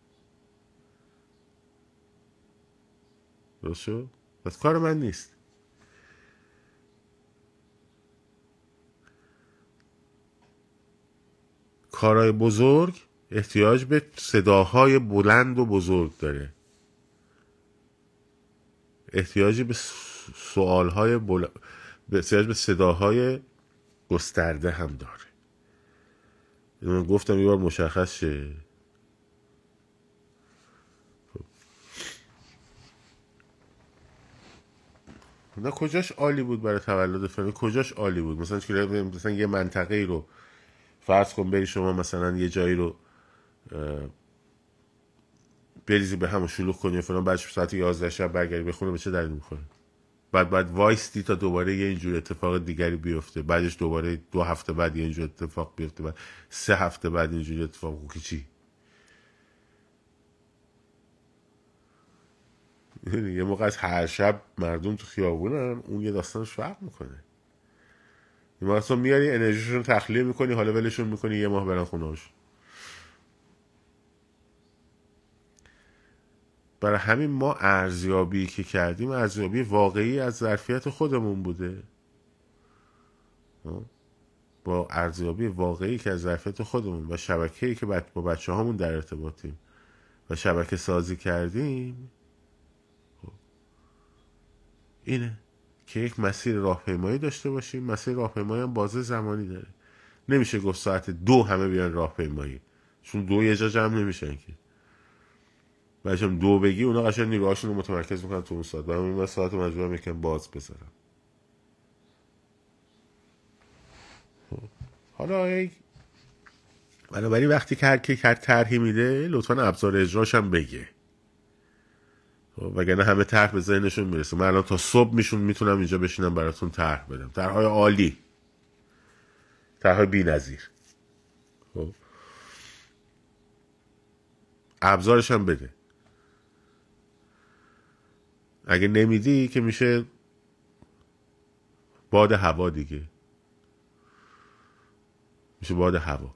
Speaker 1: درست شد؟ پس کار من نیست. کارهای بزرگ احتیاج به صداهای بلند و بزرگ داره، احتیاجی به سوالهای بلند، احتیاج به صداهای گسترده هم داره. من گفتم یه بار مشخص شه. نه کجاش عالی بود برای تولد فلانی، کجاش عالی بود؟ مثلا که مثلا یه منطقه ای رو فرض کن بری شما مثلا یه جایی رو بریزی به هم و شلوغ کنی فلان، بعد ساعت یازده شب برگردی به خونه، به چه دردی میخوره؟ بعد بعد وایستی تا دوباره یه اینجور اتفاق دیگری بیفته، بعدش دوباره دو هفته بعد یه اینجور اتفاق بیفته، بعد سه هفته بعد اینجور اتفاق. که چی؟ یه موقع از هر شب مردم تو خیابونن، اون یه داستانش فرق میکنه. این موقع تو میاری انرژیشون تخلیه میکنی، حالا ولشون میکنی یه ماه برن خونهاش. برای همین ما ارزیابی که کردیم ارزیابی واقعی از ظرفیت خودمون بوده، با ارزیابی واقعی که از ظرفیت خودمون و شبکه‌ای که با بچه هامون در ارتباطیم و شبکه سازی کردیم، اینه که یک مسیر راهپیمایی داشته باشیم. مسیر راهپیمایی هم بازه زمانی داره، نمیشه گفت ساعت دو همه بیان راهپیمایی، چون دو یه جا جمع نمیشن که. بچه‌م دو بگی اونا قشنگ نیروهاشون رو متمرکز میکنن تو اون ساعت، و من ساعت مجبورم یکم باز بذارم. حالا ای بنابراین وقتی که هر کی هر طرحی میده لطفا ابزار اجراش هم بگه، وگرنه همه طرح به ذهنشون میرسه. من الان تا صبح میشون میتونم اینجا بشینم براتون طرح بدم، طرح‌های عالی، طرح‌های بی‌نظیر. خب ابزارش هم بده. اگه نمیدی که میشه باد هوا دیگه، میشه باد هوا.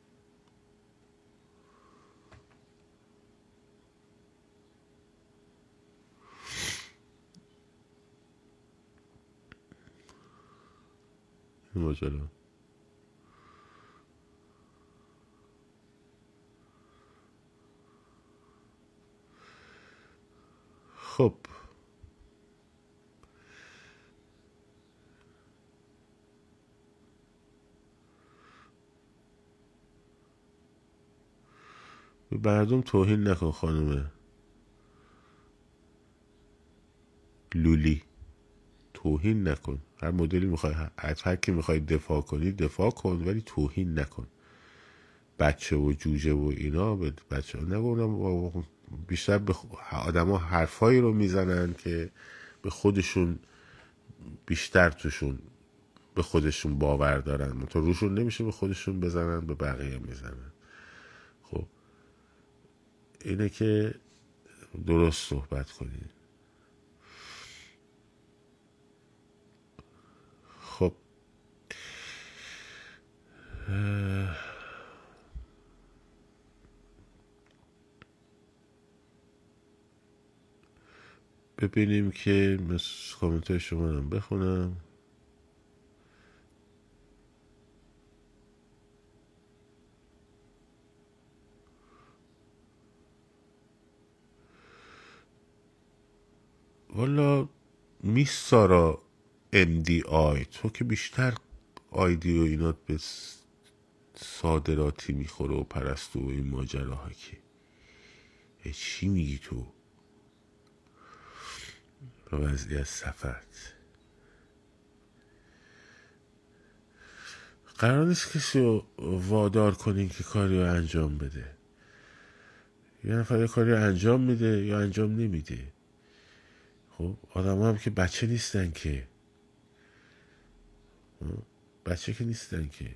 Speaker 1: این ماجرا. خب به مردم توهین نکن خانم لولی، توهین نکن. هر مدلی میخوای، از هر کی میخوای دفاع کنی دفاع کن، ولی توهین نکن. بچه و جوجه و اینا به بچه ها نگونم. بیشتر به آدم ها حرفایی رو میزنن که به خودشون بیشتر توشون به خودشون باور دارن، تو روشون نمیشه به خودشون بزنن، به بقیه میزنن. خب اینه که درست صحبت کنید. خب ببینیم که مثل کامنت های شما هم بخونم. والا میس سارا ام دی آی، تو که بیشتر آیدی و اینات به صادراتی میخوره و پرستو و این ماجراها. که چی میگی تو وضعیت سفرت؟ قرار نیست کسی رو وادار کنین که کاری رو انجام بده. یه نفر یه کاری رو انجام میده یا انجام نمیده. خب آدم هم که بچه نیستن که، بچه که نیستن که.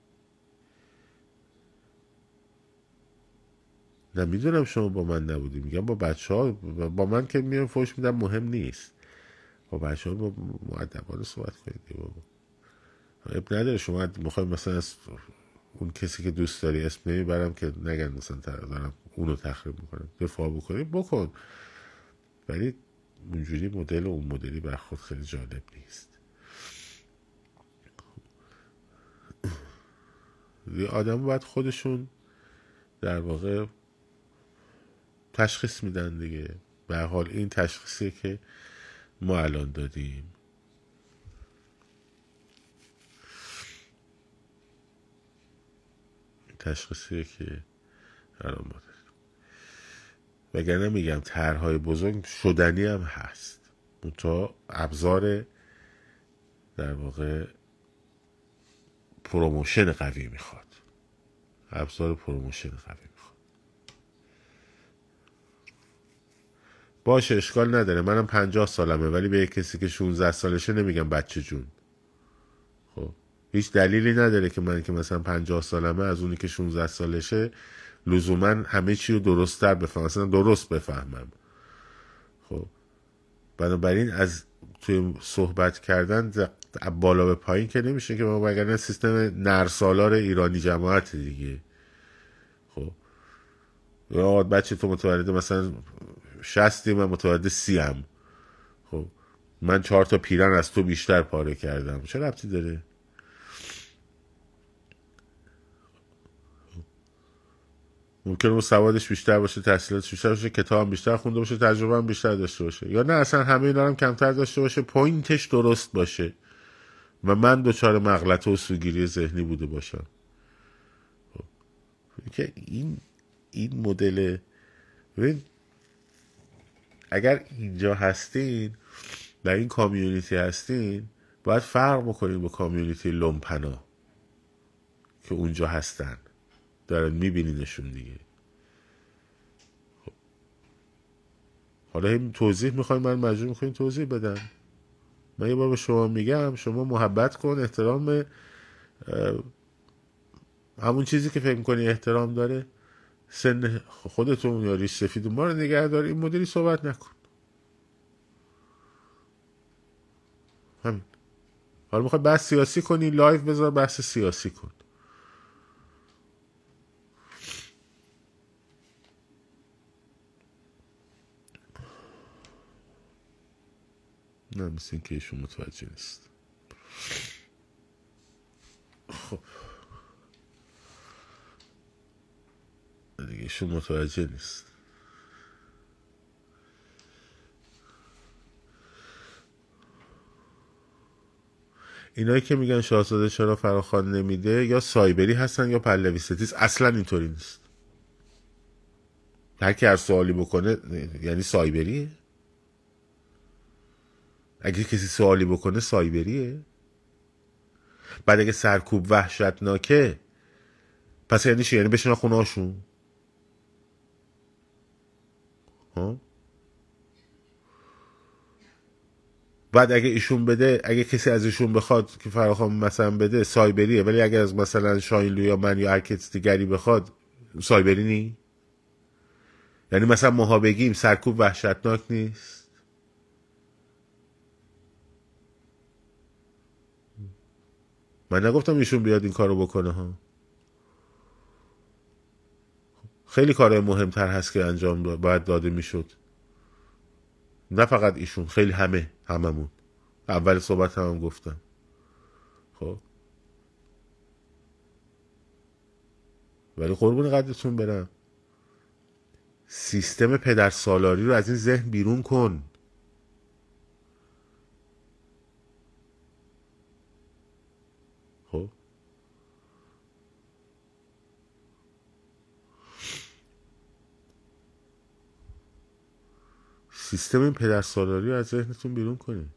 Speaker 1: نه میدونم شما با من نبودی، میگم با بچه ها. با من که میان فوش میدم مهم نیست، با بچه ها با مؤدبانه صحبت کنید بابا. اب نداره شما میخوای مثلا از اون کسی که دوست داری اسم نمیبرم که نگن مثلا دارم اونو تخریب میکنم، دفاع بکنی بکن، ولی اونجوری مدل و اون مدلی برخورد خیلی جالب نیست. آدم باید خودشون در واقع تشخیص میدن دیگه. به هر حال این تشخیصیه که ما الان دادیم. تشخیصیه که الان ما داریم. وگرنه میگم طرحهای بزرگ شدنی هم هست، منتها ابزار در واقع پروموشن قوی میخواد. ابزار پروموشن قوی میخواد. باشه اشکال نداره، منم پنجاه سالمه، ولی به یک کسی که شونزده سالشه نمیگم بچه جون. خب هیچ دلیلی نداره که من که مثلا پنجاه سالمه از اونی که شونزده سالشه لزوما همه چی رو درست تر بفهمم، مثلا درست بفهمم. خب بنابراین از توی صحبت کردن بالا به پایین که نمیشه که ما وگرنه سیستم نرسالار ایرانی جماعت دیگه. خب یا بچه تو متولد مثلا شستی، من متولد سی ام، خب من چهار تا پیرن از تو بیشتر پاره کردم، چه ربطی داره؟ ممکنه اون سوادش بیشتر باشه، تحصیلاتش بیشتر باشه، کتاب بیشتر خونده باشه، تجربه هم بیشتر داشته باشه، یا نه اصلا همه اینا هم کمتر داشته باشه، پوینتش درست باشه و من دچار مغلطه و سوگیری ذهنی بوده باشم. خب. که این این مدل، ببین اگر اینجا هستین و این کامیونیتی هستین باید فرق بکنین با کامیونیتی لومپنا که اونجا هستن، دارن میبینینشون دیگه. خب. حالا این توضیح میخواین، من مجبور میکنین توضیح بدم. من یه بار به شما میگم شما محبت کن، احترام همون چیزی که فکر میکنی احترام داره سن خودتون یا ریش سفید ما رو نگه دار، این مدلی صحبت نکن. همین. حالا میخوای بحث سیاسی کنی، لایو بذار بحث سیاسی کن. نه مثل این که ایشون متوجه نیست. خب دیگه ایشون متوجه نیست. اینایی که میگن شاهزاده چرا فراخوان نمیده یا سایبری هستن یا پهلوی ستیز. اصلا اینطوری نیست. هر کی هر سوالی بکنه یعنی سایبریه. اگه کسی سوالی بکنه سایبریه. بعد اگه سرکوب وحشتناکه پس یعنی چی؟ یعنی بشینن خونه هاشون. ها؟ بعد اگه ایشون بده، اگه کسی از ایشون بخواد که فراخوان مثلا بده سایبریه، ولی اگه از مثلا شاهینلو یا من یا هر کسی دیگری بخواد سایبری نی؟ یعنی مثلا ماها بگیم سرکوب وحشتناک نیست؟ من نگفتم ایشون بیاد این کارو بکنه ها. خیلی کارهای مهمتر هست که انجام باید داده میشد. نه فقط ایشون، خیلی همه هممون. اول صحبت هم, هم گفتم. خب ولی قربون قدرتون برم، سیستم پدر سالاری رو از این ذهن بیرون کن. خب سیستم این پدر سالاری رو از ذهنتون بیرون کنید.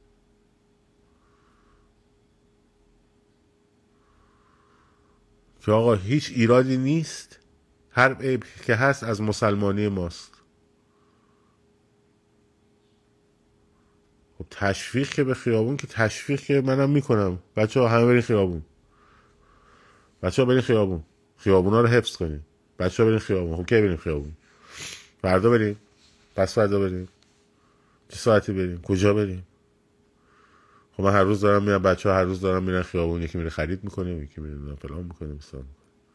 Speaker 1: که آقا هیچ ایرادی نیست، هر عیب که هست از مسلمانی ماست. خب تشویق که به خیابون که تشویق که منم میکنم. بچه ها همه برین خیابون. بچه ها برین خیابون. خیابون ها رو حفظ کنید. بچه ها برین خیابون. خب کی برین خیابون؟ فردا بریم؟ پس فردا بریم؟ چه ساعتی بریم؟ کجا بریم؟ خب من هر روز دارم میرم، بچه ها هر روز دارم میرن خیابون. یکی میره خرید میکنه، یکی میره فلان میکنه، مثلا.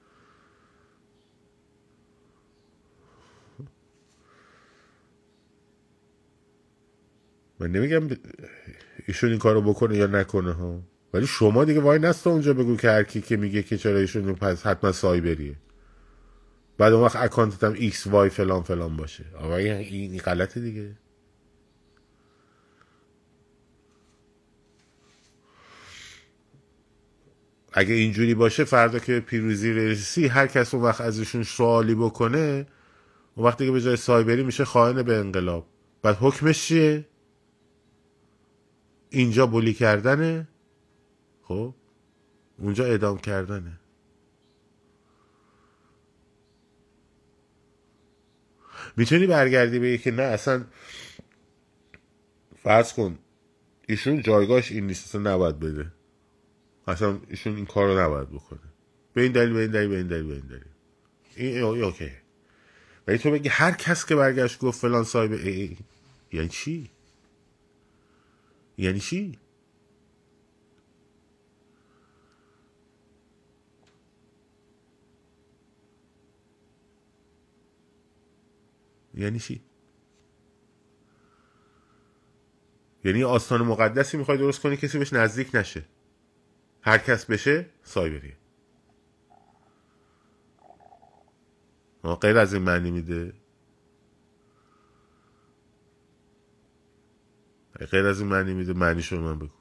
Speaker 1: من نمیگم ایشون این کارو بکنه یا نکنه ها، ولی شما دیگه وای نستا اونجا بگو که هر کی که میگه که چرا ایشون پس حتما سایبریه، بعد اون وقت اکانتت هم ایکس وای فلان فلان باشه. آقا این غلطه دیگه. اگه اینجوری باشه فردا که پیروزی رسی هر کس اون وقت ازشون سوالی بکنه، اون وقت دیگه به جای سایبری میشه خائن به انقلاب. بعد حکمش چیه؟ اینجا بولی کردنه، خب اونجا اعدام کردنه. میتونی برگردی بگی که نه اصلا فرض کن ایشون جایگاهش این نیست، اصلا نباید بده، اصلا ایشون این کار رو نباید بکنه، به این دلیل به این دلیل به این دلیل به این دلیل. این اوکی. ولی تو بگی هر کس که برگشت گفت فلان صاحب ای ای. یعنی چی؟ یعنی چی؟ یعنی چی؟ یعنی آستان مقدسی میخوای درست کنی کسی بهش نزدیک نشه، هر کس بشه سایبریه. غیر از این معنی میده؟ غیر از این معنی میده؟ معنیشو من بگو.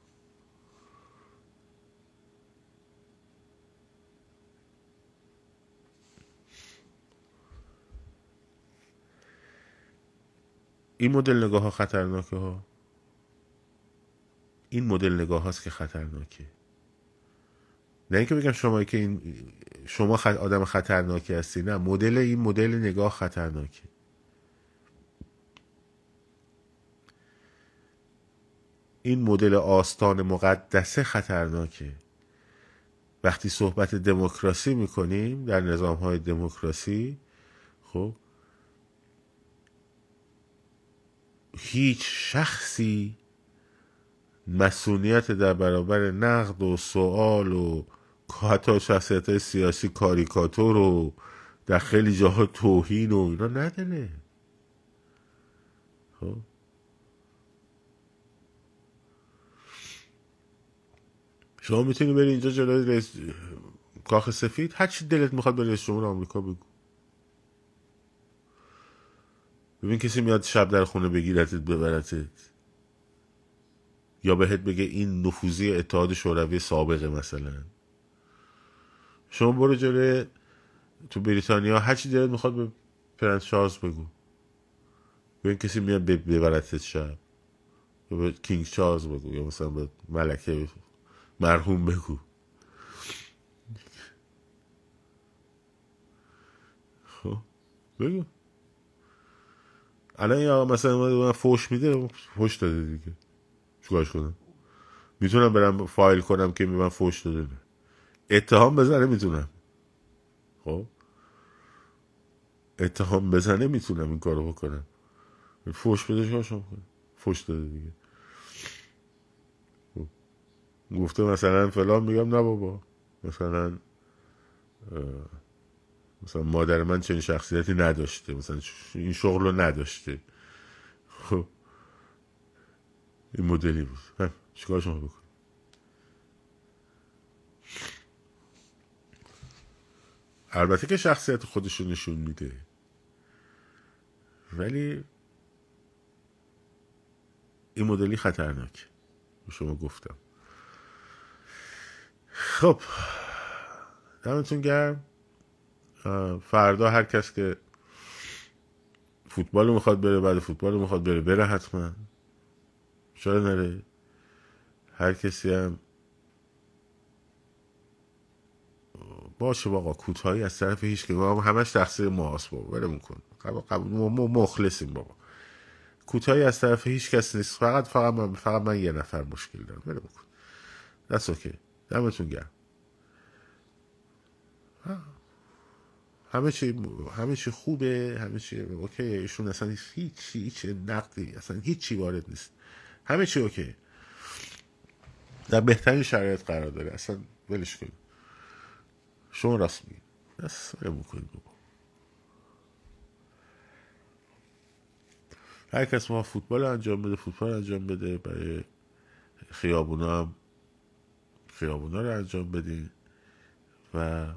Speaker 1: این مدل نگاه ها خطرناکه ها. این مدل نگاه هاست که خطرناکه. نه اینکه بگم شما که این شما خط... آدم خطرناکی هستی، نه، مدل این مدل نگاه خطرناکه. این مدل آستان مقدسه خطرناکه. وقتی صحبت دموکراسی میکنیم در نظام های دموکراسی، خب خب هیچ شخصی مسئولیت در برابر نقد و سوال و حتی شخصیت سیاسی کاریکاتور و در خیلی جاها توهین و اینا نداره. خب شما میتونی بری اینجا جلوی رئیس کاخ سفید هر چی دلت میخواد به رئیس جمهور آمریکا بگو. ببین کسی میاد شب در خونه بگیرتت ببرتت یا بهت بگه این نفوذی اتحاد شوروی سابقه مثلا. شما برو جلوی تو بریتانیا هر چی دلت میخواد به پرنس چارلز بگو. ببین کسی میاد ببرتت شب یا به کینگ چارلز بگو یا مثلا به ملکه مرحوم بگو. خب بگو الان یا مثلا من فوش میده فوش داده دیگه چیکارش کنم؟ میتونم برم فایل کنم که من فوش داده؟ اتهام بزنه میتونم. خب اتهام بزنه میتونم این کارو بکنم. فوش بده چیکارش کنم؟ فوش داده دیگه. خب. گفته مثلا فلان میگم نه بابا مثلا مثلا مادر من چنین شخصیتی نداشته مثلا این شغل رو نداشته. خب این مدلی بود چیکار شما بکن؟ البته که شخصیت خودش رو نشون میده ولی این مدلی خطرناک شما گفتم. خب دمتون گرم. فردا هر کس که فوتبال رو میخواد بره بعد فوتبال رو میخواد بره بره حتما چرا نره. هر کسی هم باشه باقا کوتاهی از طرف هیچ که ما همش تقصیر ماست بابا برمون کن ما مخلصیم بابا. کوتاهی از طرف هیچ کس نیست فقط فقط من فقط من یه نفر مشکل دارم برمون کن. دست اوکی دمتون گرم. همه چی همه چی خوبه همه چی اوکی. ایشون اصلا هیچ هیچ نقدی اصلا هیچ چی وارد نیست همه چی اوکی در بهترین شرایط قرار داره اصلا ولش کن. شما راست میگید بس ولمون کنید بابا. هر کس ما فوتبال انجام بده فوتبال انجام بده برای خیابونا هم خیابونا رو انجام بدین و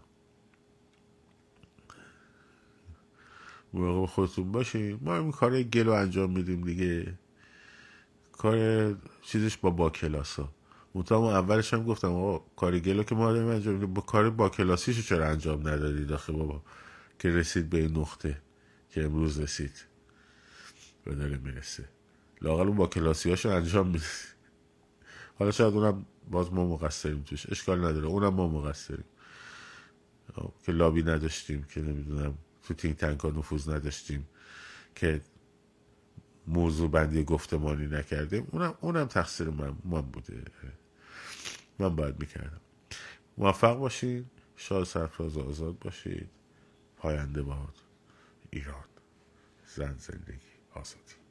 Speaker 1: مراقب خودتون باشین. ما این کار گل رو انجام میدیم دیگه کار چیزش با با کلاس ها منطقه اولش هم گفتم آقا کار گل که ما داریم انجام میدیم با کار با کلاسیشو چرا انجام ندادید آخه بابا که رسید به این نقطه که امروز رسید به داره میرسه لااقل اون با کلاسی هاشو انجام میده. حالا شاید اونم باز ما مقصریم توش اشکال نداره اونم ما مقصریم که لابی نداشتیم که نمیدونم تو تینگ تنک ها نفوذ نداشتیم که موضوع بندی گفتمانی نکردیم اونم اونم تقصیر من من بوده من باید میکردم. موفق باشید شاد سرفراز آزاد باشید. پاینده باد ایران زن زندگی آزادی.